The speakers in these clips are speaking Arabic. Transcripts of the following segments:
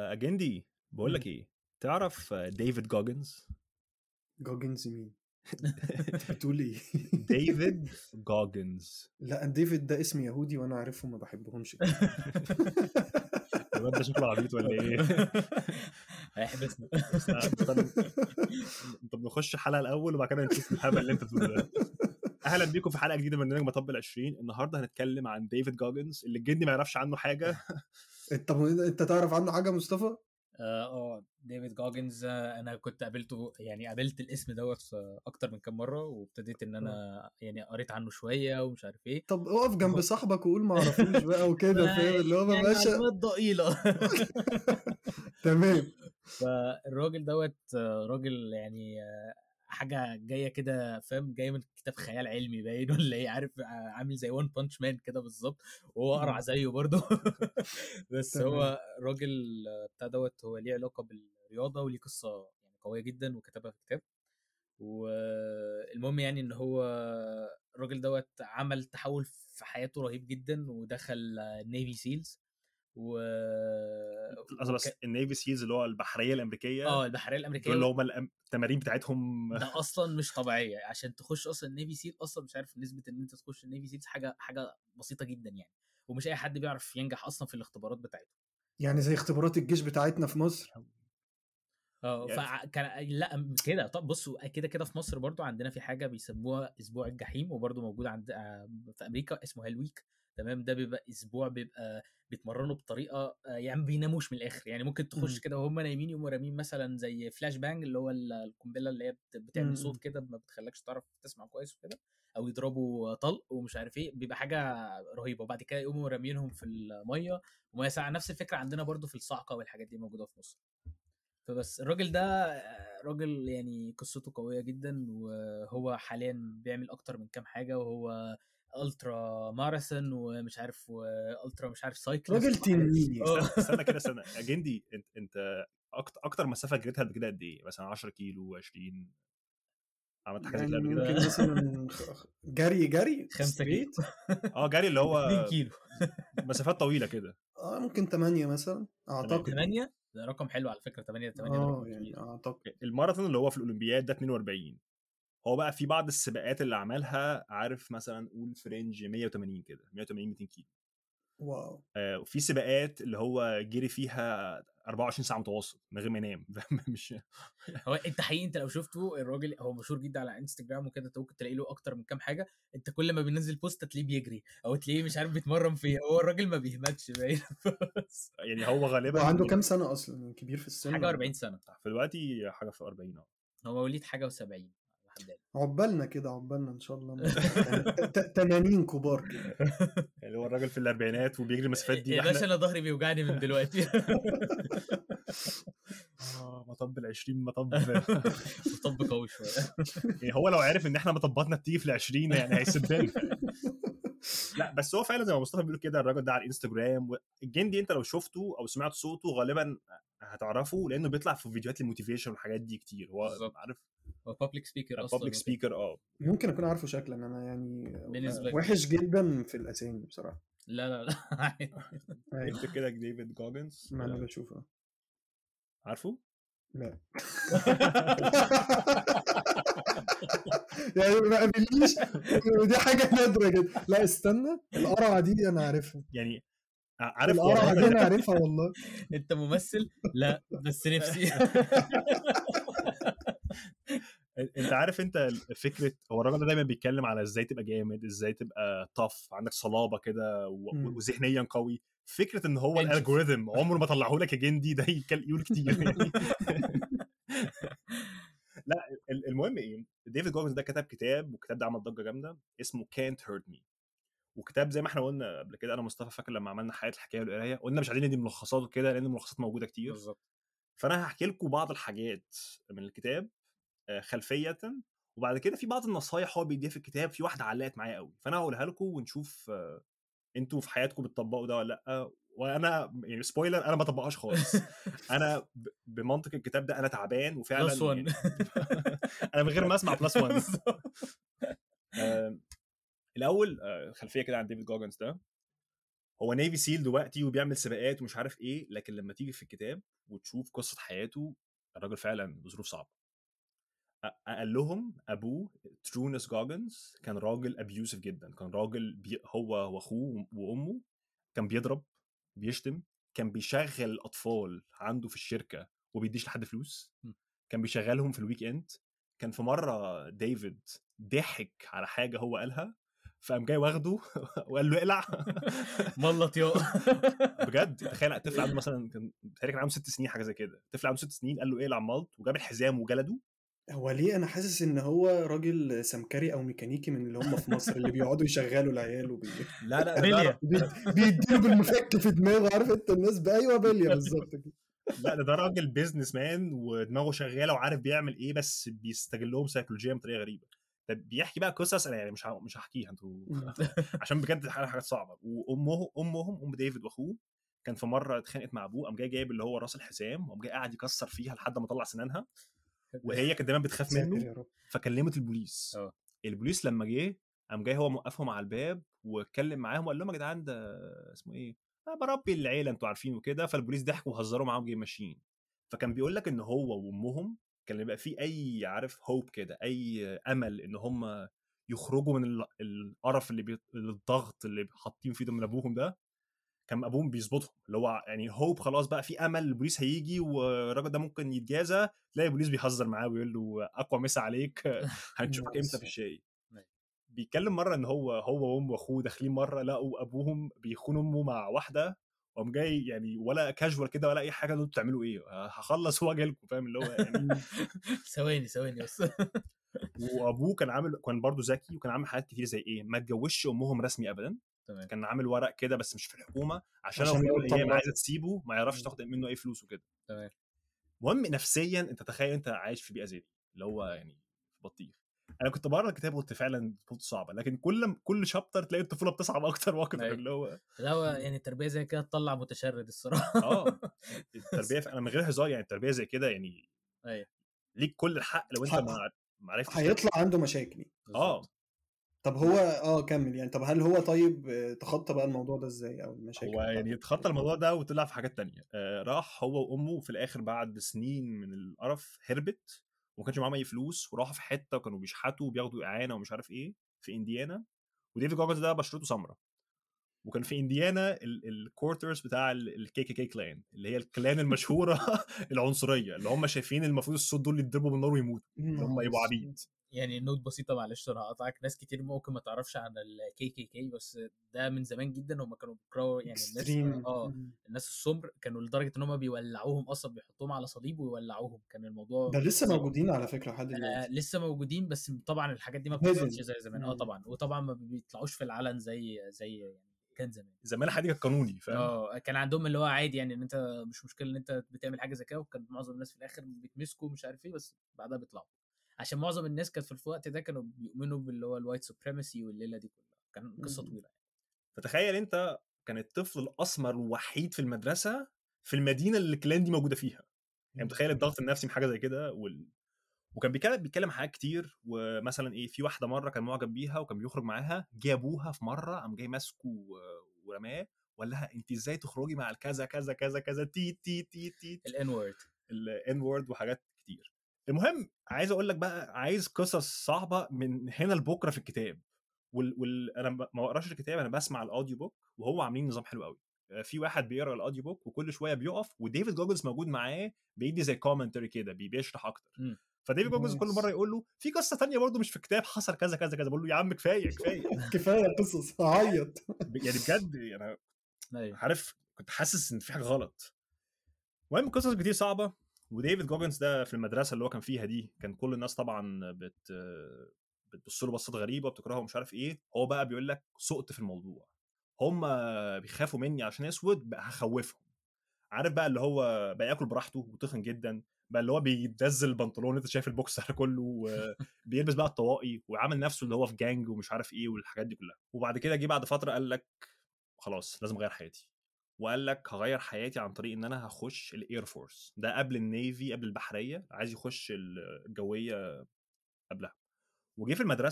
اجندي بقول لك ايه. تعرف ديفيد جوجنز؟ جوجنز مين؟ انت بتقول ايه؟ ديفيد جوجنز. لا، ديفيد ده اسم يهودي وانا عارفهم ما بحبهمش كده. الواد ده شكله عبيط ولا ايه؟ هيحبسنا. انت بنخش الحلقه الاول وبعد كده نشوف الهبل اللي انت بتقوله ده. اهلا بيكم في حلقه جديده من برنامج مطب ال20. النهارده هنتكلم عن ديفيد جوجنز اللي الجندي ما يعرفش عنه حاجه. انت تعرف عنه حاجه مصطفى؟ ديفيد جوجنز، انا كنت قابلته، يعني قابلت الاسم دوت اكتر من كام مره، وابتديت ان انا يعني قريت عنه شويه ومش عارف ايه. طب اقف جنب صاحبك وقول ما اعرفوش بقى وكده، فاهم اللي هو يعني باشا. معلومات ضئيله. تمام. فالراجل دوت راجل يعني حاجه جايه كده، فاهم، جايه من كتاب خيال علمي باين ولا ايه، عارف، عامل زي وان بانش مان كده بالظبط، وهو قرع زيه برضه. بس تمام. هو راجل بتاع دوت، هو ليه علاقه بالرياضه وليه قصه يعني قويه جدا وكتبها في كتاب. والمهم يعني ان هو الراجل دوت عمل تحول في حياته رهيب جدا، ودخل نيفي سيلز بس النيفي سيلز اللي هو البحريه الامريكيه. البحريه الامريكيه، دول اللي هم التمارين بتاعتهم ده اصلا مش طبيعيه. عشان تخش اصلا النيفي سيل اصلا مش عارف نسبه ان انت تخش النيفي سيلز حاجه بسيطه جدا يعني، ومش اي حد بيعرف ينجح اصلا في الاختبارات بتاعته. يعني زي اختبارات الجيش بتاعتنا في مصر. فكان لا كده. طب بصوا، كده في مصر برضو عندنا في حاجه بيسموها اسبوع الجحيم، وبرضو موجود عند في امريكا اسمه هالويك. تمام، ده بيبقى اسبوع بيبقى بيتمرنوا بطريقه يعني بيناموش من الاخر. يعني ممكن تخش كده وهم نايمين يقوموا رامين مثلا زي فلاش بانج، اللي هو القنبله اللي هي بتعمل صوت كده ما بتخليكش تعرف تسمع كويس وكده، او يضربوا طلق ومش عارف ايه، بيبقى حاجه رهيبه. وبعد كده يقوموا رامينهم في الميه وميه ساعه. نفس الفكره عندنا برضو في الصعقه والحاجات دي موجوده في مصر. فبس الراجل ده راجل يعني قصته قوية جدا، وهو حاليا بيعمل اكتر من كام حاجة، وهو الترا ماراثون ومش عارف والترا مش عارف سايكلست. راجل تنين. استنى كده، استنى اجندي. انت اكتر مسافه جريتها قبل كده قد ايه؟ مثلا 10 كيلو 20؟ عملت حاجه زي كده قبل كده؟ ممكن مثلا جري 5 كيلو. جري اللي هو 2 كيلو. مسافات طويله كده. ممكن 8 مثلا اعتقد. 8 ده رقم حلو على فكرة. 8 ده رقم يعني كبير. اعتقد الماراثون اللي هو في الاولمبياد ده 42. هو بقى في بعض السباقات اللي عملها، عارف، مثلا قول فرنج 180 كده، 180 200 كيلو. واو. وفي سباقات اللي هو جري فيها 24 ساعه متواصل من غير ما ينام. مش هو انت حقيقي، انت لو شفته الراجل هو مشهور جدا على انستجرام وكده، انت ممكن تلاقي له اكتر من كام حاجه. انت كل ما بينزل بوست تلاقيه بيجري او تلاقيه مش عارف بيتمرن فيه. هو الراجل ما بيهمتش باين. يعني هو غالبا وعنده كام سنه اصلا؟ كبير في السن؟ حاجه 40 سنه في دلوقتي، حاجه في 40. هو مواليد حاجه و70 لحد عقبالنا كده، عقبالنا ان شاء الله. 80 كبار كده. يعني هو الراجل في الاربعينات وبيجري المسافات دي. يا باشا انا ظهري بيوجعني من دلوقتي. مطب ال20 مطب قوي شويه. يعني هو لو عارف ان احنا مطباتنا بتيجي في ال20 يعني هيسبنا. لا بس هو فعلا زي ما مصطفى بيقول كده، الراجل ده على الانستجرام. الجندي انت لو شفته او سمعت صوته غالبا هتعرفه، لانه بيطلع في فيديوهات الموتيفيشن والحاجات دي كتير. هو بالظبط. عارف، هو بابليك سبيكر اصلا. بابليك سبيكر. ممكن اكون عارفه شكلا، انا يعني بالنسبة وحش جدا في الاسامي بصراحه. لا اكتب كده ديفيد جوجنز. ما انا بشوفه. عارفه؟ لا. يعني ما قابلنيش، ودي حاجه نادره جدا. لا استنى، القرعه دي انا عارفها. يعني عارف القرعه دي انا عارفها والله. انت ممثل؟ لا بس نفسي. انت عارف انت فكره، هو الراجل ده دايما بيتكلم على ازاي تبقى جامد، ازاي تبقى طف، عندك صلابه كده وذهنيا قوي. فكره ان هو الالجوريثم عمره ما طلعه لك جندي ده يقول كتير يعني. لا المهم ايه، ديفيد جوجنز ده كتب كتاب، والكتاب ده عمل ضجه جامده، اسمه Can't Hurt Me. وكتاب زي ما احنا قلنا قبل كده، انا مصطفى فاكر لما عملنا حياه الحكايه والقرايه قلنا مش عايزين ندي ملخصات وكده، لان الملخصات موجوده كتير بالظبط. فانا هحكي لكم بعض الحاجات من الكتاب خلفيه، وبعد كده في بعض النصايح هو بيديها في الكتاب. في واحده علقت معايا قوي، فانا هقولها لكم ونشوف انتوا في حياتكم بتطبقوا ده ولا لا. وانا يعني سبويلر، انا ما طبقهاش خالص. انا بمنطق الكتاب ده انا تعبان وفعلا يعني انا من غير ما اسمع بلس 1. الاول خلفيه كده عن ديفيد جوجنز ده. هو نيفي سيل دلوقتي وبيعمل سباقات ومش عارف ايه، لكن لما تيجي في الكتاب وتشوف قصه حياته، الراجل فعلا بظروف صعبه. قال لهم ابوه ترونس جوجنز كان راجل ابيوسف جدا، كان راجل هو واخوه وامه كان بيضرب، بيشتم، كان بيشغل الاطفال عنده في الشركه وبيديش لحد فلوس، كان بيشغلهم في الويك اند. كان في مره ديفيد ضحك على حاجه هو قالها، فقام جاي واخده وقال له اقلع. ملط يا بجد تخيل طفل عنده مثلا كان بتهيألي كان عنده 6 سنين حاجه زي كده، طفل عنده 6 سنين قال له اقلع مالت، وجاب الحزام وجلده. هو ليه انا حاسس ان هو راجل سمكري او ميكانيكي من اللي هم في مصر اللي بيقعدوا يشغلوا العيال لا لا بلية. بيديله بالمفك في دماغه، عارف انت الناس ايوه بليه بالظبط كده. لا ده راجل بيزنس مان ودماغه شغاله وعارف بيعمل ايه، بس بيستغلهم سيكولوجيا بطريقه غريبه. طب بيحكي بقى قصص انا يعني مش هحكيها انتوا عشان بجد حاجات صعبه. وامهم ام ديفيد واخوه كان في مره اتخانقت مع ابوه، قام جاي جايب اللي هو راس الحزام وقام جاي قاعد يكسر فيها لحد ما طلع سنانها، وهي كانت دايما بتخاف ساتر منه، يا رب. فكلمت البوليس. اه البوليس لما جه قام جاي هو موقفهم على الباب واتكلم معاهم وقال لهم يا جدعان ده اسمه ايه، بربي العيله انتوا عارفين وكده. فالبوليس ضحكوا وهزروا معاهم جاي ماشيين. فكان بيقول لك ان هو وامهم كان يبقى في اي عارف هوب كده، اي امل ان هم يخرجوا من القرف الضغط اللي حاطين فيه ده من ابوهم ده. كان ابوهم بيظبطهم اللي هو يعني هوب، خلاص بقى في امل البوليس هيجي والراجل ده ممكن يتجازى، تلاقي البوليس بيهزر معاه ويقول له اقوى مسا عليك هنشوفك امتى في الشاي. بيتكلم مره ان هو وامه واخوه داخلين مره لقوا ابوهم بيخون امه مع واحده، وقام جاي يعني ولا كاجوال كده ولا اي حاجه، انتوا بتعملوا ايه هخلص واجي لكم، فاهم اللي هو يعني. ثواني بس. وابوه كان برضه ذكي وكان عامل حاجات كتير زي ايه، ما اتجوزش امهم رسمي ابدا. تمام كان عامل ورق كده بس مش في الحكومه، عشان لو عشان في يوم لو من الايام طلع. عايزه تسيبه ما يعرفش تاخد منه اي فلوس وكده. تمام المهم نفسيا انت تخيل انت عايش في بيئه زي دي اللي هو يعني في بطيخ. انا كنت بقرا الكتاب وقلت فعلا طفولته صعبه، لكن كل شابتر تلاقي الطفوله بتصعب اكتر واكتر أيوة. اللي هو لا هو يعني التربيه زي كده تطلع متشرد الصراحه. التربيه انا من غير هزار يعني التربيه زي كده يعني ايوه ليك كل الحق لو انت ما عرفتش هيطلع عنده مشاكل. بالظبط. طب هو كمل يعني. طب هل هو طيب تخطى بقى الموضوع ده ازاي او المشاكل هو يعني بتاعته؟ اتخطى الموضوع ده وطلع في حاجات تانية. راح هو وامه في الاخر بعد سنين من القرف هربت، وما كانش معاهم اي فلوس، وراحوا في حته وكانوا بيشحتوا وبياخدوا اعانه ومش عارف ايه في انديانا. وديفيد جوجلز ده بشرته سمراء، وكان في انديانا الكورترز بتاع الكي كي كي كلان اللي هي الكلان المشهوره العنصريه اللي هم شايفين المفروض الصوت دول يتضربوا بالنار ويموتوا، اللي هم يبقوا عبيد. يعني نوت بسيطه معلش انا هقطعك، ناس كتير ممكن ما تعرفش عن الكي كي كي، بس ده من زمان جدا هم كانوا بيكرهوا يعني الناس اكستريم. الناس السمر كانوا لدرجه ان هم بيولعوهم اصلا، بيحطوهم على صليب ويولعوهم، كان الموضوع ده لسه موجودين على فكره لحد دلوقتي. لسه موجودين، بس طبعا الحاجات دي ما هيدن. بتحصلش زي زمان طبعا، وطبعا ما بيطلعوش في العلن زي يعني كان زمان حاجه قانوني فاهم. كان عندهم اللي هو عادي يعني ان انت مش مشكله ان انت بتعمل حاجه زي كده، وكان معظم الناس في الاخر بيتمسكوا مش عارف ايه، بس بعدها بيطلعوا عشان معظم الناس كانت في الوقت ده كانوا بيؤمنوا باللي هو الوايت سوبريمسي والليله دي كلها، كان قصه طويله يعني. فتخيل انت كان الطفل الاسمر الوحيد في المدرسه في المدينه اللي كلان دي موجوده فيها، يعني متخيل الضغط النفسي من حاجه زي كده وكان بيتكلم حاجات كتير. ومثلا ايه، في واحده مره كان معجب بيها وكان بيخرج معاها، جابوها في مره قام جاي ماسكه ورماه وقال لها انت ازاي تخرجي مع الكذا كذا كذا كذا تي تي تي تي الان وورد الان وورد وحاجات كتير. المهم عايز اقول لك بقى، عايز قصص صعبه من هنا لبكره في الكتاب. انا ما بقراش الكتاب، انا بسمع الاوديو بوك، وهو عاملين نظام حلو قوي. في واحد بيقرا الاوديو بوك وكل شويه بيقف وديفيد جوجلز موجود معاه بيدي زي كومنتري كده بيشرح اكتر. فديفيد جوجلز كل مره يقول له في قصه تانية برضه مش في الكتاب حصل كذا كذا كذا، بقول له يا عم كفايه كفايه قصص هعيط. يعني بجد انا عارف كنت حاسس ان في حاجه غلط. المهم قصص كتير صعبه. وديفيد جوجنز ده في المدرسه اللي هو كان فيها دي كان كل الناس طبعا بتبص له بصات غريبه وبتكرهه ومش عارف ايه. هو بقى بيقول لك سقط في الموضوع، هم بيخافوا مني عشان اسود بقى هخوفهم. عارف بقى اللي هو بقى ياكل براحته وتخن جدا، بقى اللي هو بيدزل البنطلون انت شايف البوكسر كله، بيلبس بقى الطواقي وعامل نفسه اللي هو في جانج ومش عارف ايه والحاجات دي كلها. وبعد كده جه بعد فتره قال لك خلاص لازم اغير حياتي، وقال لك هغير حياتي عن طريق ان انا هخش الاير فورس. ده قبل النيفي قبل البحريه، عايز يخش الجويه قبلها. وجه في المدرسه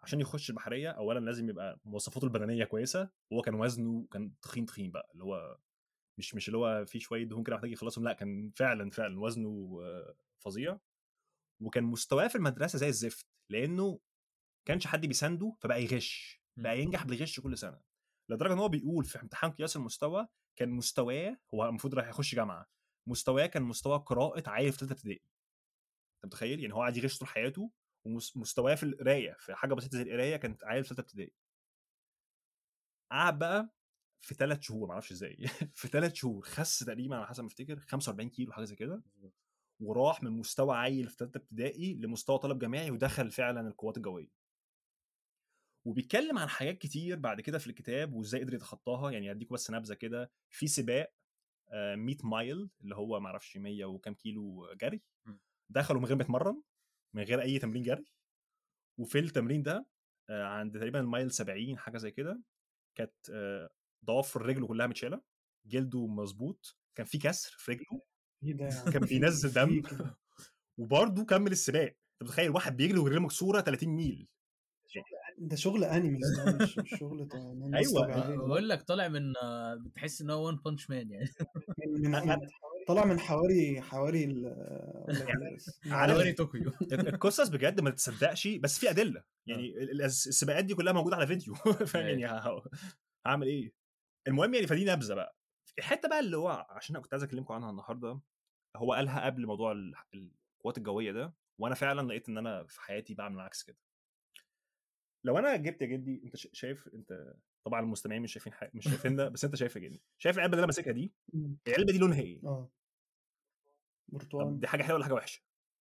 عشان يخش البحريه اولا لازم يبقى مواصفاته البدنيه كويسه، وهو كان وزنه كان تخين بقى، اللي هو مش اللي هو فيه شويه دهون كده محتاج يخلصهم، لا كان فعلا وزنه فظيع. وكان مستواه في المدرسه زي الزفت، لانه كانش حد بيسانده، فبقى يغش، بقى ينجح بالغش كل سنه، لدرجه ان هو بيقول في امتحان قياس المستوى كان مستواه، هو المفروض راح يخش جامعه، مستواه كان مستوى قراءه عيل في ثالثه ابتدائي. انت متخيل؟ يعني هو قاعد يغش طول حياته، ومستواه في القرايه في حاجه بسيطه زي القرايه كانت عيل في ثالثه ابتدائي. قعد بقى في 3 شهور، ما اعرفش ازاي في 3 شهور خس تقريبا على حسب ما افتكر 45 كيلو حاجه زي كده، وراح من مستوى عيل في ثالثه ابتدائي لمستوى طالب جامعي، ودخل فعلا القوات الجويه. وبيتكلم عن حاجات كتير بعد كده في الكتاب وازاي قدر يتخطاها. يعني اديكم بس نبذه كده، في سباق 100 مايل اللي هو ما اعرفش 100 وكام كيلو جري، دخلوا من غير ما يتمرن، من غير اي تمرين جري. وفي التمرين ده عند تقريبا المايل 70 حاجه زي كده، كانت ضوافر رجله كلها متشاله، جلده مظبوط، كان في كسر في رجله، ايه ده يا عم؟ كان بينزل في دم ايه كده؟ وبرضه كمل السباق. انت متخيل واحد بيجري ورجله مكسوره 30 ميل؟ ده شغل انيميز، ده مش شغل ناس ايوه طبيعيه. بقول لك طالع من بتحس ان هو وان بانش مان يعني. من طلع من حواري اقول لك يعني ايه بس عارف حواري طوكيو. القصص بجد ما تصدقش، بس في ادله. يعني السباقات دي كلها موجوده على فيديو فاهم يعني هعمل ايه؟ المهم يعني فدي نبذه بقى. الحته بقى اللي هو عشان انا كنت عايز اكلمكم عنها النهارده، هو قالها قبل موضوع القوات الجويه ده، وانا فعلا لقيت ان انا في حياتي بعمل عكس كده. لو انا جبت يا جدي، انت شايف، انت طبعا المستمعين مش شايفين حاجه، مش شايفين ده، بس انت شايف يا جدي، شايف العلبه اللي انا ماسكها دي؟ العلبه دي لونها ايه؟ اه طب برتقال. دي حاجه حلوه ولا حاجه وحشه؟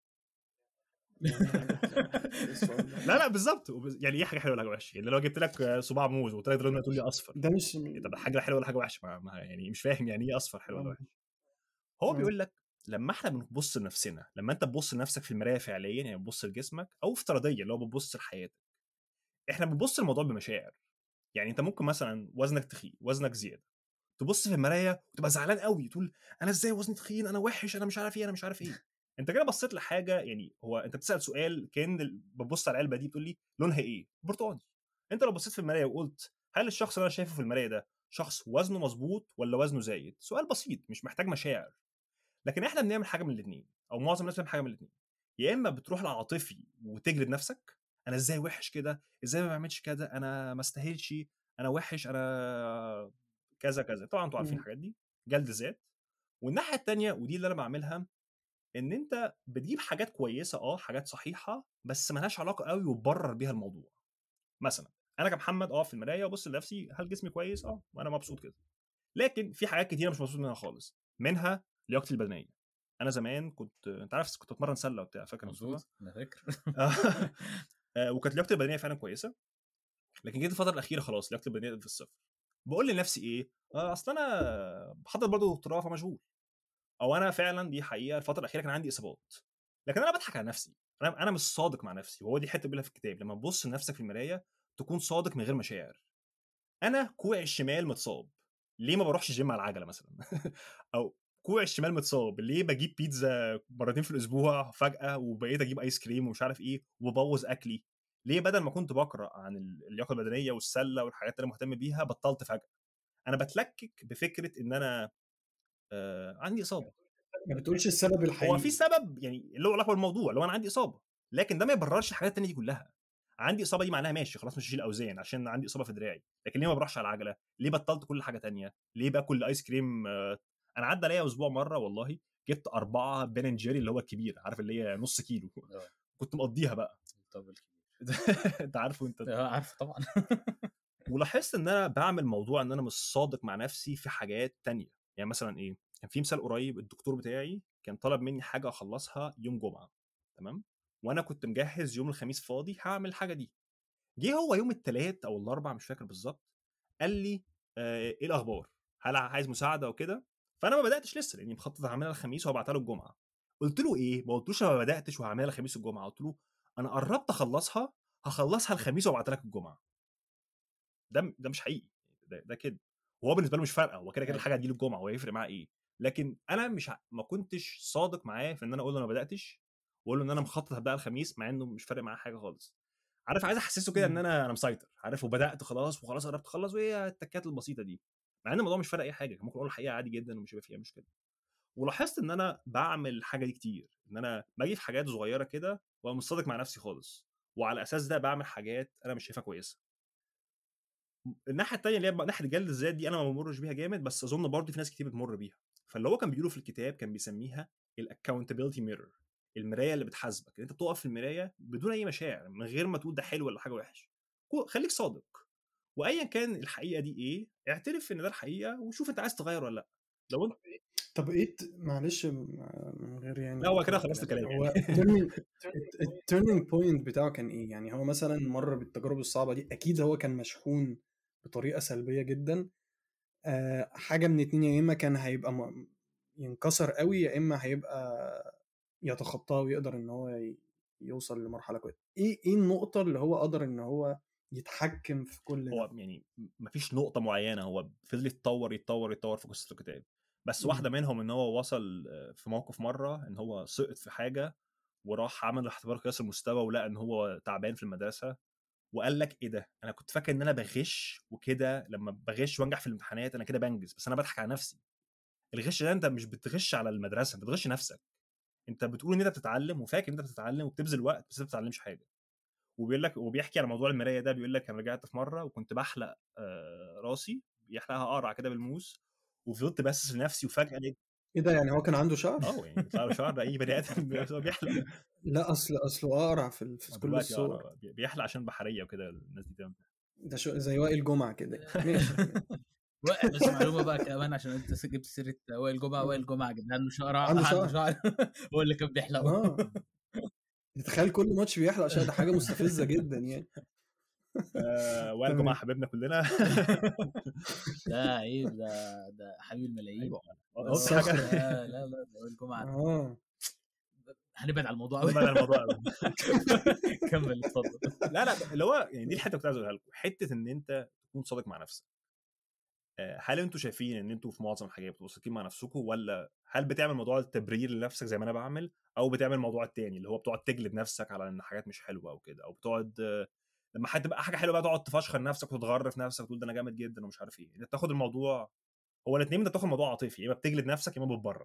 لا لا بالظبط. يعني ايه حاجه حلوه ولا حاجه وحشه؟ يعني لو جبت لك صباع موز وقلت لك لونها تقول لي اصفر، ده مش طب حاجه حلوه ولا حاجه وحشه؟ يعني مش فاهم يعني ايه اصفر حلو ولا وحش. هو بيقول لك لما احنا بنبص لنفسنا، لما انت تبص لنفسك في المرايه فعليا، يعني بتبص لجسمك، او افتراضيا اللي هو بتبص لحياتك، احنا بنبص للموضوع بمشاعر. يعني انت ممكن مثلا وزنك تخين، وزنك زياده، تبص في المرايه وتبقى زعلان قوي، تقول انا ازاي وزني تخين، انا وحش، انا مش عارف ايه، انا مش عارف ايه. انت كده بصيت لحاجه، يعني هو انت بتسال سؤال كان بتبص على العلبه دي بتقول لي لونها ايه؟ برتقاني. انت لو بصيت في المرايه وقلت هل الشخص اللي انا شايفه في المرايه ده شخص وزنه مظبوط ولا وزنه زايد؟ سؤال بسيط مش محتاج مشاعر. لكن احنا بنعمل حاجه من الاثنين، او معظم الناس بتعمل حاجه من الاثنين. يا اما بتروح للعاطفي وتجلد نفسك، انا ازاي وحش كده، ازاي ما بعملش كده، انا ما استاهلش، انا وحش، انا كذا كذا. طبعا انتوا عارفين الحاجات دي، جلد الذات. والناحيه الثانيه ودي اللي انا بعملها، ان انت بتجيب حاجات كويسه، حاجات صحيحه، بس ملهاش علاقه قوي وتبرر بيها الموضوع. مثلا انا كمحمد في المرايه وابص لنفسي، هل جسمي كويس؟ وانا مبسوط كده. لكن في حاجات كتيره مش مبسوط منها خالص، منها لياقتي البدنيه. انا زمان انت عارف كنت بتمرن سله وبتاع، فاكر مصطفى؟ مظبوط انا فاكر. وكانت لياقتي البدنيه فعلا كويسه. لكن جيت الفتره الاخيره خلاص لياقتي البدنيه في الصفر. بقول لنفسي ايه؟ اصل انا بحضر برضه دكتوراه فمشغول، او انا فعلا دي حقيقه الفتره الاخيره كان عندي اصابات. لكن انا بضحك على نفسي، انا مش صادق مع نفسي. وهو دي حته بيقولها في الكتاب، لما تبص لنفسك في المرايه تكون صادق من غير مشاعر. انا كوعي الشمال متصاب، ليه ما بروحش الجيم على العجله مثلا؟ او كوعي الشمال متصاب، ليه بجيب بيتزا مرتين في الاسبوع فجاه، وبقيت اجيب ايس كريم ومش عارف ايه وببوظ اكلي؟ ليه بدل ما كنت بقرا عن اللياقه البدنيه والسله والحاجات اللي انا مهتم بيها بطلت فجاه؟ انا بتلكك بفكره ان انا عندي اصابه. ما بتقولش السبب هو في الحقيقي. سبب يعني له علاقه بالموضوع، لو انا عندي اصابه، لكن ده ما يبررش الحاجات التانيه دي كلها. عندي اصابه دي معناها ماشي خلاص مش هشيل اوزان عشان عندي اصابه في دراعي، لكن ليه ما بروحش على العجله؟ ليه بطلت كل حاجه تانية؟ ليه باكل ايس كريم؟ انا عدى عليا اسبوع مره والله جبت 4 بن جيري اللي هو الكبير، عارف اللي هي نص كيلو، كنت مقضيها بقى. طب الكبير انت عارفه انت. عارف طبعا. ولاحظت ان انا بعمل موضوع ان انا مش صادق مع نفسي في حاجات تانية. يعني مثلا ايه؟ كان في مثال قريب، الدكتور بتاعي كان طلب مني حاجه اخلصها يوم جمعه، تمام؟ وانا كنت مجهز يوم الخميس فاضي هعمل الحاجه دي. جه هو يوم الثلاث او الاربع مش فاكر بالظبط، قال لي ايه الاخبار، هل عايز مساعده وكده؟ فانا ما بداتش لسه لاني مخطط اعملها الخميس وهبعتها له الجمعه. قلت له ايه؟ ما قلتلوش انا ما بداتش وهعملها الخميس والجمعه، قلت له انا قربت اخلصها، هخلصها الخميس وابعتها لك الجمعه. ده مش حقيقي، ده كده. وهو بالنسبه له مش فارقه، هو كده كده الحاجه دي للجمعه وهيفرق معاه ايه. لكن انا مش ما كنتش صادق معاه في ان انا اقول له انا ما بداتش، واقول له ان انا مخطط هبدا الخميس، مع انه مش فارق معاه حاجه خالص. عارف عايز احسسه كده ان انا مسيطر، عارف، وبدات خلاص قربت اخلص، وهي التكات البسيطه دي، مع ان الموضوع مش فارق اي حاجه، ممكن اقول الحقيقه عادي جدا ومش هيبقى فيها مشكله. ولاحظت ان انا بعمل الحاجه دي كتير، ان انا باجي في حاجات صغيره كده ومش صادق مع نفسي خالص، وعلى اساس ده بعمل حاجات انا مش شايفها كويسه. الناحيه التانية اللي هي ناحيه جلد الذات دي انا ما بمرش بيها جامد، بس اظن برضه في ناس كتير بتمر بيها. فاللي هو كان بيقوله في الكتاب كان بيسميها الاكاونتابيلتي ميرور، المرايه اللي بتحاسبك، ان انت بتقف في المرايه بدون اي مشاعر، من غير ما تقول ده حلو ولا حاجه وحش، خليك صادق، وايا كان الحقيقه دي ايه، اعترف ان ده الحقيقه وشوف انت عايز تغير ولا لا. لو انت طب ايه معلش من غير يعني لا هو كده قطع خلصت كلامك، كلام هو يعني. التيرنينج بوينت بتاعه كان ايه؟ يعني هو مثلا مر بالتجارب الصعبه دي، اكيد هو كان مشحون بطريقه سلبيه جدا. حاجه من اتنين، يا اما كان هيبقى ينكسر قوي، يا اما هيبقى يتخطاه ويقدر ان هو يوصل لمرحله كويسه. ايه النقطه اللي هو قدر ان هو يتحكم في كل ده؟ هو يعني مفيش نقطة معينة، هو فضل يتطور في قصة الكتاب، بس واحدة مم. منهم ان هو وصل في موقف مرة ان هو سقط في حاجة، وراح عمل اختبار قياس المستوى ولقى ان هو تعبان في المدرسة، وقال لك ايه ده، انا كنت فاكر ان انا بغش وكده، لما بغش وانجح في الامتحانات انا كده بنجز، بس انا بضحك على نفسي. الغش ده انت مش بتغش على المدرسة، انت بتغش نفسك، انت بتقول ان انت بتتعلم وفاكر ان انت بتتعلم وبتبذل وقت، بس انت ما بتتعلمش حاجة. وبيقول لك، وبيحكي على موضوع المرايه ده، بيقول لك انا رجعت في مره وكنت بحلق راسي، بيحلقها قرع كده بالموس، وفضلت بس لنفسي وفجاه لقيت ايه ده؟ يعني هو كان عنده شعر؟ يعني يطلع له شعر، اي بني ادم هو بيحلق. لا، اصله اقرع في كل دلوقتي الصور. بيحلق عشان بحريه وكده، الناس دي تعمل. ده زي وائل جمعة كده. ماشي. بس معلومه بقى كمان عشان انت جبت سيره وائل جمعه. وائل جمعه يا جدعان عنده شعر، عنده عنده شعر. شعر. هو اللي كان بيحلقه. اه، تخيل كل ماتش بيحلق شعر، ده حاجة مستفزة جدا يعني. وائل جماعه تمام. حبيبنا كلنا. لا عيب، ده حبيب الملايين. ايوه، قلت حاجه. الصخرة. لا ده وائل جمعه. اه. هنبعد على الموضوع قوي. نبعد عن الموضوع قوي. كمل اتفضل. لا اللي هو يعني دي الحته اللي كنت عايز اقولها لكم، حته ان انت تكون صادق مع نفسك. هل انتوا شايفين ان انتوا في معظم الحاجات بتبقوا صادقين مع نفسكم، ولا هل بتعمل موضوع التبرير لنفسك زي ما انا بعمل، او بتعمل الموضوع التاني اللي هو بتقعد تجلد نفسك على ان حاجات مش حلوه او كده، او بتقعد لما حد تبقى حاجه حلوه بقى تقعد تفشخر نفسك وتغرف في نفسك وتقول ده انا جامد جدا ومش عارف ايه، انت بتاخد الموضوع، هو الاثنين، انت بتاخد الموضوع عاطفي، يا اما بتجلد نفسك يا اما بتبرر.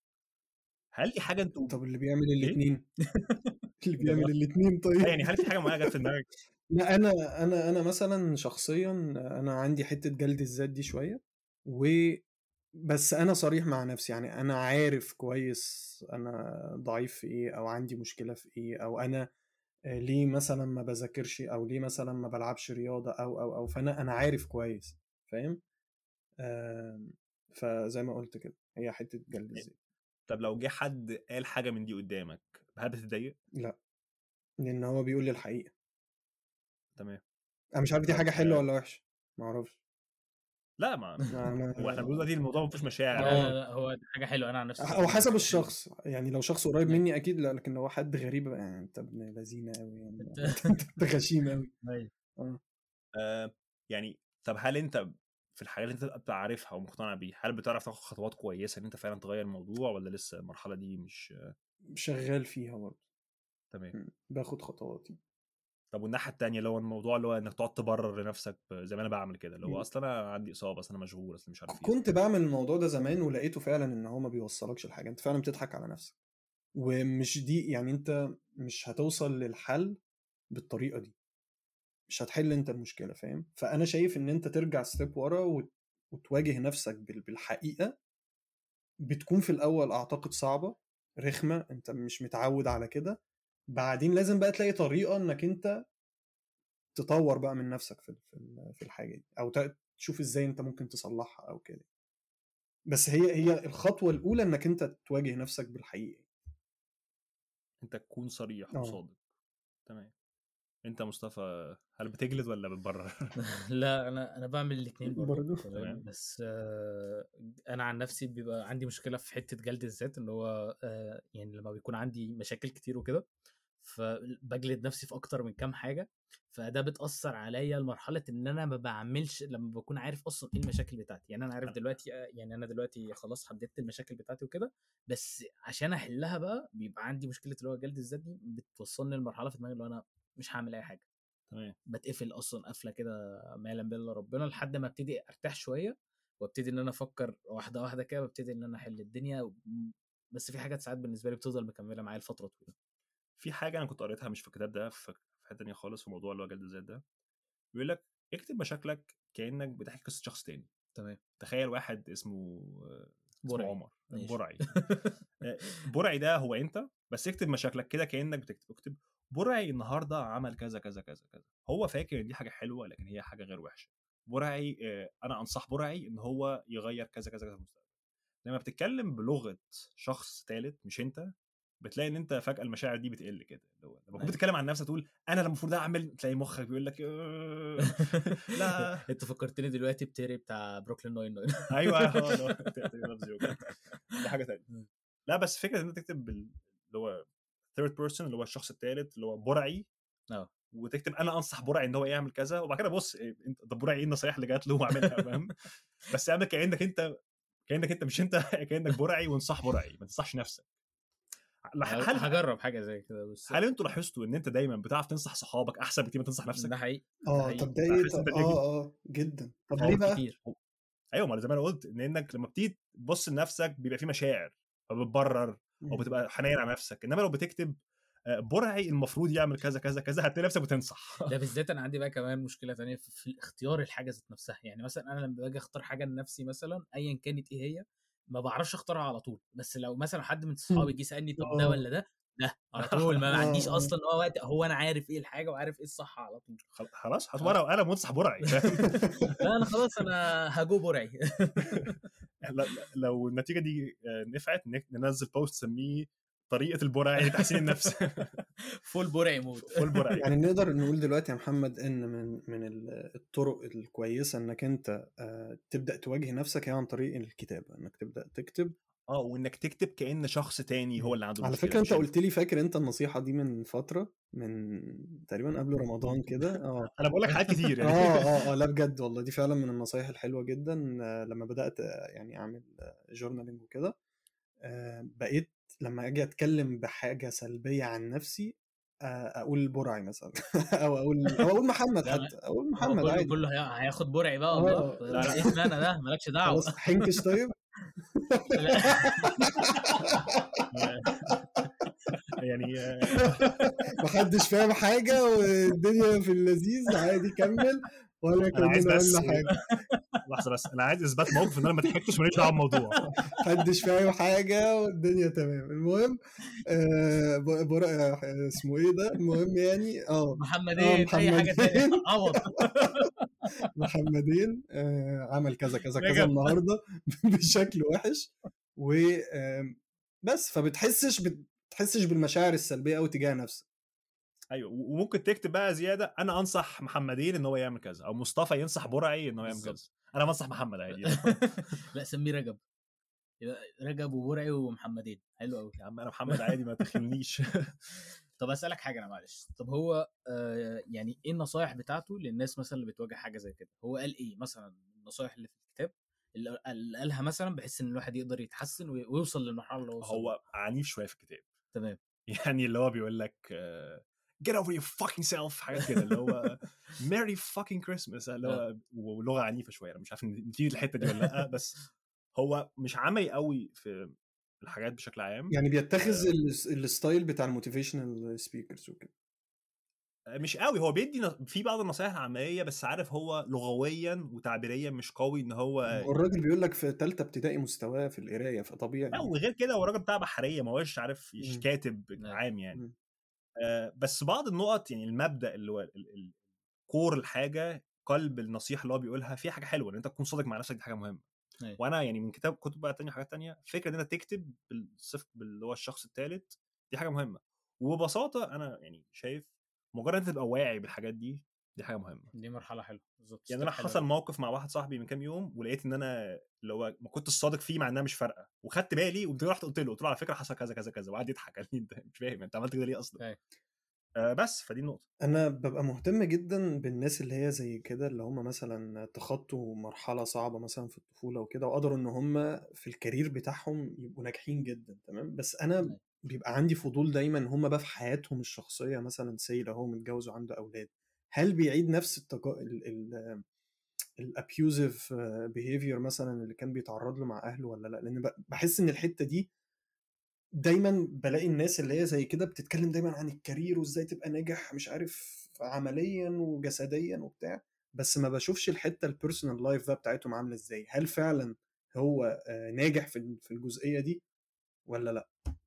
هل دي حاجه انتوا طب اللي بيعمل ايه الاتنين، اللي بجد؟ بيعمل الاتنين طيب. يعني هل في حاجه معينه جت في دماغك؟ لا، انا مثلا شخصيا انا عندي حتة جلد الذات دي شوية، و بس انا صريح مع نفسي، يعني انا عارف كويس انا ضعيف في ايه، او عندي مشكلة في ايه، او انا ليه مثلا ما بذاكرش، او ليه مثلا ما بلعبش رياضة، او فانا عارف كويس، فاهم. آم، فزي ما قلت كده، هي حتة جلد الذات. طب لو جه حد قال حاجه من دي قدامك، هل بتتضايق؟ لا، لان هو بيقول لي الحقيقة. تمام. انا مش عارف دي طب حاجة حلوة ولا وحشة، ما اعرفش. لا ما انا هو احنا بنقول دلوقتي الموضوع ما فيهوش مشاعر لا اه، لا لا، هو دي حاجه حلوه. انا عن نفسي او شايف ان دي حسب حاجه حلوه. الشخص، يعني لو شخص قريب مني اكيد لا، لكن لو حد غريب يعني انت ابن لذينه قوي يعني. انت غشيم قوي. أيوة. اه. يعني طب هل انت في الحاجات اللي انت بتبقى عارفها ومقتنع بيها، هل بتعرف تاخد خطوات كويسه ان انت فعلا تغير الموضوع، ولا لسه المرحله دي مش شغال فيها برضه. تمام؟ باخد خطواتي. طب والناحيه التانيه اللي هو الموضوع اللي هو انك تقعد تبرر لنفسك زي ما انا بعمل كده، اللي هو اصل انا عندي اصابه، اصل انا مشغول، اصل مش عارف ايه، كنت بعمل الموضوع ده زمان، ولقيته فعلا ان هو ما بيوصلكش لحاجه، انت فعلا بتضحك على نفسك، ومش دي يعني، انت مش هتوصل للحل بالطريقه دي، مش هتحل انت المشكله، فاهم. فانا شايف ان انت ترجع ستيب ورا وتواجه نفسك بالحقيقه. بتكون في الاول اعتقد صعبه، رخمه، انت مش متعود على كده. بعدين لازم بقى تلاقي طريقه انك انت تطور بقى من نفسك في الحاجه دي، او تشوف ازاي انت ممكن تصلحها او كده. بس هي الخطوه الاولى انك انت تواجه نفسك بالحقيقه. انت تكون صريح اه. وصادق. تمام. انت مصطفى هل بتجلد ولا بتبرر؟ لا انا بعمل الاثنين برضو برضه. تمام. تمام. بس انا عن نفسي بيبقى عندي مشكله في حته جلد الذات، اللي هو يعني لما بيكون عندي مشاكل كتير وكده، فبجلد نفسي في اكتر من كام حاجه. فده بتاثر عليا لمرحله ان انا ما بعملش لما بكون عارف اصلا ايه المشاكل بتاعتي. يعني انا عارف دلوقتي، يعني انا دلوقتي خلاص حددت المشاكل بتاعتي وكده، بس عشان احلها بقى بيبقى عندي مشكله اللي هو جلد الذات دي، بتوصلني لمرحله في دماغي اللي هو انا مش هعمل اي حاجه. تمام. بتقفل اصلا قفله كده ما يعلم بها الا ربنا، لحد ما ابتدي ارتاح شويه وابتدي ان انا افكر واحده واحده كده، وابتدي ان انا احل الدنيا. بس في حاجات ساعات بالنسبه لي بتفضل مكمله معايا لفتره طويله. في حاجه انا كنت قريتها مش في الكتاب ده، في حته تانيه خالص، في موضوع اللي هو جلد الذات ده. بيقول لك اكتب مشاكلك كانك بتحكي قصه شخص تاني. تمام. تخيل واحد اسمه برعي. عمر ماشي. برعي. برعي ده هو انت، بس اكتب مشاكلك كده كانك اكتب برعي النهارده عمل كذا كذا كذا كذا. هو فاكر ان دي حاجه حلوه لكن هي حاجه غير وحشه. برعي انا انصح برعي ان هو يغير كذا كذا كذا في المستقبل. لما بتتكلم بلغه شخص ثالث مش انت، بتلاقي ان انت فجاه المشاعر دي بتقل كده. لما كنت أيوة. بتتكلم عن نفسك تقول انا المفروض اعمل، تلاقي مخك بيقول لك لا. انت فكرتني دلوقتي بتيري بتاع بروكلين 99. ايوه دي حاجه ثانيه. لا بس فكره ان انت تكتب اللي هو ثيرد بيرسون، اللي هو الشخص الثالث اللي هو برعي، وتكتب انا انصح برعي ان هو يعمل كذا، وبعد كده بص انت ده برعي ايه النصايح اللي جات له واعملها، فاهم؟ بس اعمل كانك انت مش انت، كانك برعي وانصح برعي، ما تنصحش نفسك. هجرب حاجه زي كده. بس هل انتوا لاحظتوا ان انت دايما بتعرف تنصح صحابك احسن بكتير ما تنصح نفسك؟ ده حقيقي. طب ده ايه؟ جدا. طب ليه بقى؟ كتير. ايوه، ما زي ما انا قلت ان انك لما بتيجي تبص لنفسك بيبقى في مشاعر فبتبرر او بتبقى حنين على نفسك، انما لو بتكتب برعي المفروض يعمل كذا كذا كذا هتلاقي نفسك بتنصح. ده بالذات انا عندي بقى كمان مشكله تانية في اختيار الحاجه ذات نفسها. يعني مثلا انا لما باجي اختار حاجه لنفسي مثلا ايا كانت ايه هي، ما بعرفش اختارها على طول. بس لو مثلا حد من صحابي جه سالني طب ده ولا ده على طول، ما عنديش اصلا هو وقت، هو انا عارف ايه الحاجه وعارف ايه الصح على طول. خلاص هات ورقه وقلم وانصح برعي. لا انا خلاص انا هجو برعي. لو النتيجه دي نفعت ننزل بوست سميه طريقه البرعي لتحسين النفس. فول برعي مود. فول برعي. يعني نقدر نقول دلوقتي يا محمد ان من الطرق الكويسه انك انت تبدا تواجه نفسك هي عن طريق الكتابه، انك تبدا تكتب. وانك تكتب كأن شخص تاني هو اللي عنده على المشكله. فكره انت قلت لي، فاكر انت النصيحه دي من فتره، من تقريبا قبل رمضان كده. انا بقول لك حاجات كتير يعني. لا بجد والله دي فعلا من النصايح الحلوه جدا. لما بدات يعني اعمل جورنالينج وكده، بقيت لما اجي اتكلم بحاجه سلبيه عن نفسي اقول برعي مثلا. او اقول محمد، حتى اقول محمد عادي. كله هياخد برعي بقى. الله لا. ايه معنى ده؟ مالكش دعوه. خلاص حنكش طيب. يعني محدش فاهم حاجه والدنيا في اللذيذ عادي، كمل ولا انا عايز كنا بس قلنا حاجه. لحظه بس، انا عايز اثبات موقف ان انا ما ضحكتش ماليش دعوه بالموضوع. محدش فاهم حاجه والدنيا تمام. المهم اسمه ايه ده؟ المهم يعني محمدين اي حاجه تانية عوض. محمدين عمل كذا كذا كذا النهارده بشكل وحش، و بس بتحسش بالمشاعر السلبيه قوي تجاه نفسك. ايوه، وممكن تكتب بقى زياده انا انصح محمدين ان هو يعمل كذا، او مصطفى ينصح برعي ان هو يعمل كذا. انا بنصح محمد عادي. لا سميه رجب. رجب وبرعي ومحمدين، حلو قوي. يا عم انا محمد عادي ما تخنيش. طب اسالك حاجه انا معلش، طب هو يعني ايه النصايح بتاعته للناس مثلا اللي بتواجه حاجه زي كده؟ هو قال ايه مثلا النصايح اللي في الكتاب اللي قالها مثلا بحيث ان الواحد يقدر يتحسن ويوصل للمرحله اللي وصل؟ هو عنيف شويه في الكتاب. تمام. يعني اللي هو بيقول لك get over your fucking self، حاجات كده اللي هو merry fucking Christmas، اللي هو ولغه عنيفه شويه. انا مش عارف نتيجه الحته دي ولا لا، بس هو مش عملي قوي في الحاجات بشكل عام. يعني بيتخذ الستايل بتاع الموتيفيشنال سبيكرز وكده. مش قوي، هو بيدي في بعض النصائح العمليه، بس عارف هو لغويا وتعبيريا مش قوي ان هو الراجل بيقول لك في ثالثه ابتدائي مستواه في القرايه، فطبيعي. لا، وغير كده هو راجل بتاع بحريه، ما هوش عارف كاتب عام يعني. بس بعض النقط يعني المبدا اللي هو كور الحاجه، قلب النصيحه اللي هو بيقولها فيها حاجه حلوه، ان انت تكون صادق مع نفسك، دي حاجه مهمه. وانا يعني من كتب بقى تانية، حاجات تانية، فكره ان انت تكتب بالصفر اللي هو الشخص الثالث، دي حاجه مهمه. وببساطه انا يعني شايف مجرد انت تبقى واعي بالحاجات دي حاجه مهمه. دي مرحله حلوه بالظبط. يعني انا حصل موقف مع واحد صاحبي من كام يوم، ولقيت ان انا اللي هو ما كنتش صادق فيه مع انها مش فارقه، وخدت بالي ورحت قلت له على فكره حصل كذا كذا كذا، وقعد يضحك قال لي انت مش فاهم انت عملت كده ليه اصلا. بس فدي النقطه. انا ببقى مهتم جدا بالناس اللي هي زي كده، اللي هم مثلا تخطوا مرحله صعبه مثلا في الطفوله وكده، وقدروا ان هم في الكارير بتاعهم يبقوا ناجحين جدا. تمام. بس انا بيبقى عندي فضول دايما هم بقى في حياتهم الشخصيه مثلا، سي لو هو متجوز وعنده اولاد، هل بيعيد نفس الابيوزيف بيهيفير مثلا اللي كان بيتعرض له مع اهله ولا لا؟ لان بحس ان الحته دي دايما بلاقي الناس اللي هي زي كده بتتكلم دايما عن الكارير وازاي تبقى ناجح مش عارف عمليا وجسديا وبتاع، بس ما بشوفش الحته البيرسونال لايف بقى بتاعتهم عامله ازاي. هل فعلا هو ناجح في الجزئيه دي ولا لا؟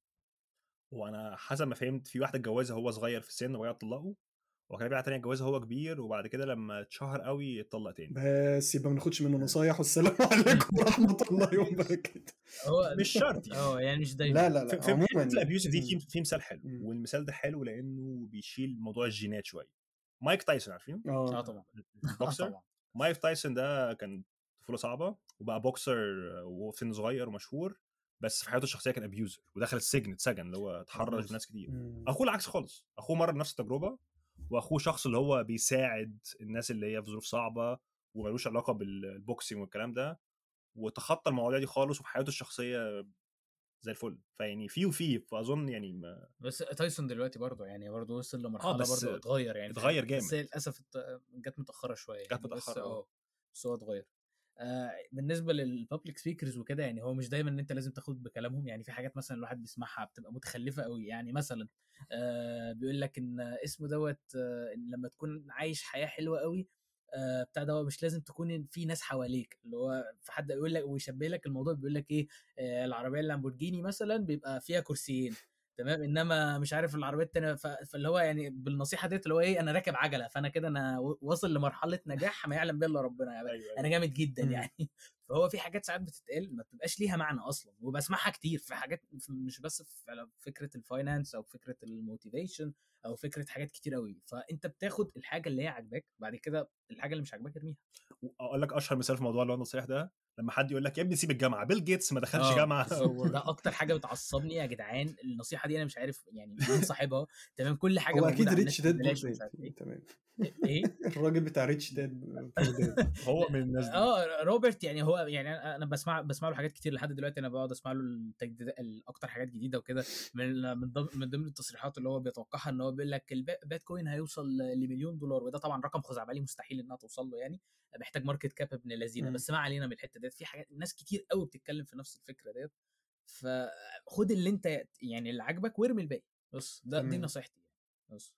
وانا حسب ما فهمت في واحده اتجوزها هو صغير في السن وهي طلقه، وكان في واحده تانية اتجوزها هو كبير وبعد كده لما اتشهر قوي اتطلق تاني. بس يبقى ما ناخدش منه نصايح. والسلام عليكم ورحمه الله وبركاته. هو مش شرط يعني. يعني مش دايما. لا لا لا في عموما حته الابيوسيف دي يعني. في مثال حلو، والمثال ده حلو لانه بيشيل موضوع الجينات شويه. مايك تايسون عارفين؟ طبعا. البوكسر. طبعا. مايك تايسون ده كان طفوله صعبه وبقى بوكسر وهو في سن صغير ومشهور، بس في حياته الشخصيه كان ابيوزر ودخل السجن، اتسجن اللي هو اتحرش بناس كتير. اخوه العكس خالص، اخوه مر بنفس التجربه، واخوه شخص اللي هو بيساعد الناس اللي هي في ظروف صعبه ومالوش علاقه بالبوكسينج والكلام ده، وتخطى المواضيع دي خالص وفي حياته الشخصيه زي الفل. فيعني فاظن يعني ما... بس تايسون دلوقتي برضه يعني برضه وصل لمرحله بس برضه اتغير يعني اتغير جامد، بس للاسف جت متاخره شويه يعني. جت متاخره بس هو اتغير. بالنسبه للبابليك سبيكرز وكده يعني هو مش دايما ان انت لازم تاخد بكلامهم. يعني في حاجات مثلا الواحد بيسمعها بتبقى متخلفه قوي. يعني مثلا بيقول لك ان اسمه دوت إن لما تكون عايش حياه حلوه قوي بتاع ده مش لازم تكون في ناس حواليك. اللي هو في حد يقول لك ويشبه لك الموضوع بيقول لك ايه العربيه اللامبورجيني مثلا بيبقى فيها كرسيين تمام، انما مش عارف العربيه التانيه فاللي هو يعني بالنصيحه ديت اللي هو ايه انا راكب عجله فانا كده انا واصل لمرحله نجاح ما يعلم بها الا ربنا يعني. أيوة. انا جامد جدا يعني. فهو في حاجات ساعات بتتقال ما بتبقاش ليها معنى اصلا وبسمعها كتير في حاجات مش بس في فكره الفاينانس او فكره الموتيفيشن او فكره حاجات كتير قوي. فانت بتاخد الحاجه اللي هي عاجباك بعد كده الحاجه اللي مش عاجباك ارميها. اقول لك اشهر مثال في موضوع اللي هو النصيحه ده لما حد يقول لك يا ابني سيب الجامعه، بيل جيتس ما دخلش جامعه. ده اكتر حاجه بتعصبني يا جدعان. النصيحه دي انا مش عارف يعني مين صاحبها. تمام كل حاجه هو اكيد موجوده ريتش داد بور داد. إيه؟ تمام. ايه الراجل بتاع ريتش داد بور داد هو من الناس دي. روبرت يعني هو يعني انا بسمع له حاجات كتير لحد دلوقتي. انا بقعد اسمع له التجديد اكتر حاجات جديده وكده. من ضمن التصريحات اللي هو بيتوقعها ان هو بيقول لك البيتكوين هيوصل ل$1,000,000 وده طبعا رقم خزعبلي مستحيل انها توصل له يعني. محتاج ماركت كاب ابن لذينه. بس ما علينا من الحته ديت. في حاجات ناس كتير قوي بتتكلم في نفس الفكره ديت. فخد اللي انت يعني اللي عاجبك وارمي الباقي. بس دي نصيحتي يعني. بس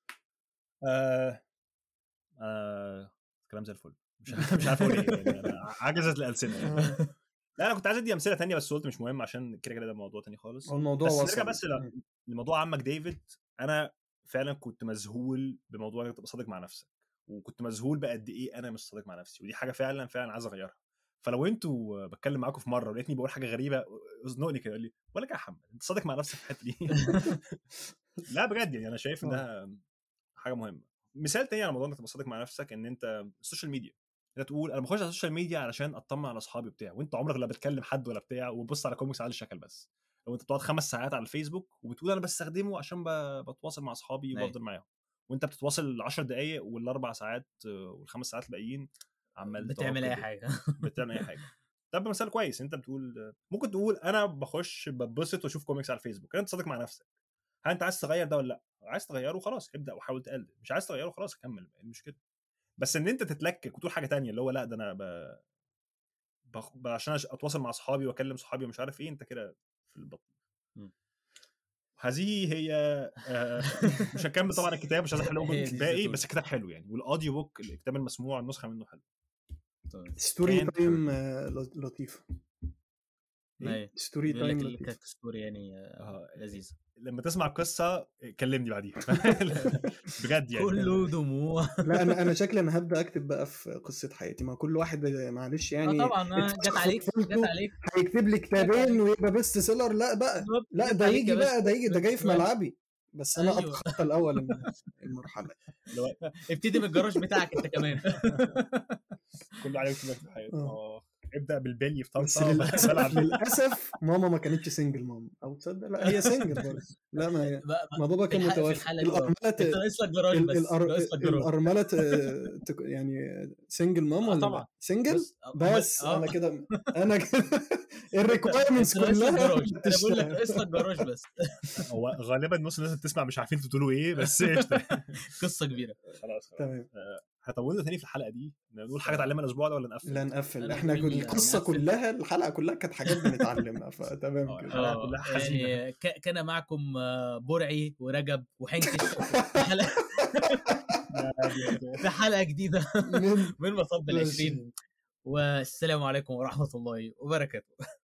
كلام زي الفل. مش عارف اقول ايه يعني انا عجزت الالسنه يعني. لا انا كنت عايز ادي امثله تانية بس قلت مش مهم عشان كده ده موضوع تاني خالص. الموضوع بس وصل. نرجع بس لموضوع عمك ديفيد. انا فعلا كنت مذهول بموضوع انك تبقى صادق مع نفسك، وكنت مذهول بقد ايه انا مش صادق مع نفسي، ودي حاجه فعلا عايز اغيرها. فلو انتوا بتكلم معاكم في مره ولقيتني بقول حاجه غريبه ازنقني كده قول لي بقول لك يا محمد انت صادق مع نفسك في الحته دي. لا بجد يعني انا شايف انها حاجه مهمه. مثال تاني على موضوع انك تبقى صادق مع نفسك ان انت السوشيال ميديا انت تقول انا بخش على السوشيال ميديا علشان اطمن على اصحابي بتاع، وانت عمرك لا بتكلم حد ولا بتاع وبص على كوميكس على الشكل. بس لو انت بتقعد 5 ساعات على الفيسبوك وبتقول انا بستخدمه عشان بتواصل مع اصحابي وبفضل معاهم، وانت بتتواصل 10 دقائق وال4 ساعات وال5 ساعات الباقيين عمال بتعمل اي حاجه. بتعمل اي حاجه. طب مثال كويس انت بتقول ممكن تقول انا بخش ببسط واشوف كوميكس على الفيسبوك. انت صادق مع نفسك. هل انت عايز تغير ده ولا لا؟ عايز تغيره خلاص ابدا وحاول تقلل، مش عايز تغيره خلاص كمل المشكله. بس ان انت تتلكك وتقول حاجه تانية اللي هو لا ده انا عشان اتواصل مع اصحابي واكلم صحابي ومش عارف ايه، انت كده في البطل. هذه هي مش هكمل طبعا الكتاب مش عايز احرقه الباقي بس الكتاب حلو يعني، والاوديو بوك الكتاب المسموع النسخه منه حلو. ستوري تايم لطيفه. ستوري تايم لطيفه ستوري يعني لذيذه. لما تسمع القصه كلمني بعديها. بجد يعني كله دموع. لا انا شكلي انا هبدا اكتب بقى في قصه حياتي. ما كل واحد معلش يعني طبعا جت عليك هيكتب لي كتابين ويبقى بيست سيلر. لا بقى لا ده يجي بقى ده جاي في ملعبي. بس انا اتخطى الاول المرحله. ابتدي بالجراج بتاعك انت كمان. كله عليك في حياتي. ابدا بالبلي في بس طنطا للاسف ماما ما كانتش سنجل ماما، او تصدق لا هي سنجل برضه. لا ما بابا كان متوفى. الارمله يعني سنجل ماما ولا لا سنجل بس انا كده الريكوايرمنتس كلها. انا بقول لك ناقص لك جراج بس. هو غالبا نص الناس بتسمع مش عارفين تقولوا ايه، بس قصه كبيره. خلاص تمام. هطولنا تاني في الحلقه دي، نقول حاجه اتعلمها الاسبوع ده ولا نقفل؟ لا نقفل، احنا القصه كلها الحلقه كلها كانت حاجات بنتعلمها، فتمام كده. الحلقه كلها حزينه. كان معكم برعي ورجب وحنكش في حلقه جديده من مصب ال20، والسلام عليكم ورحمه الله وبركاته.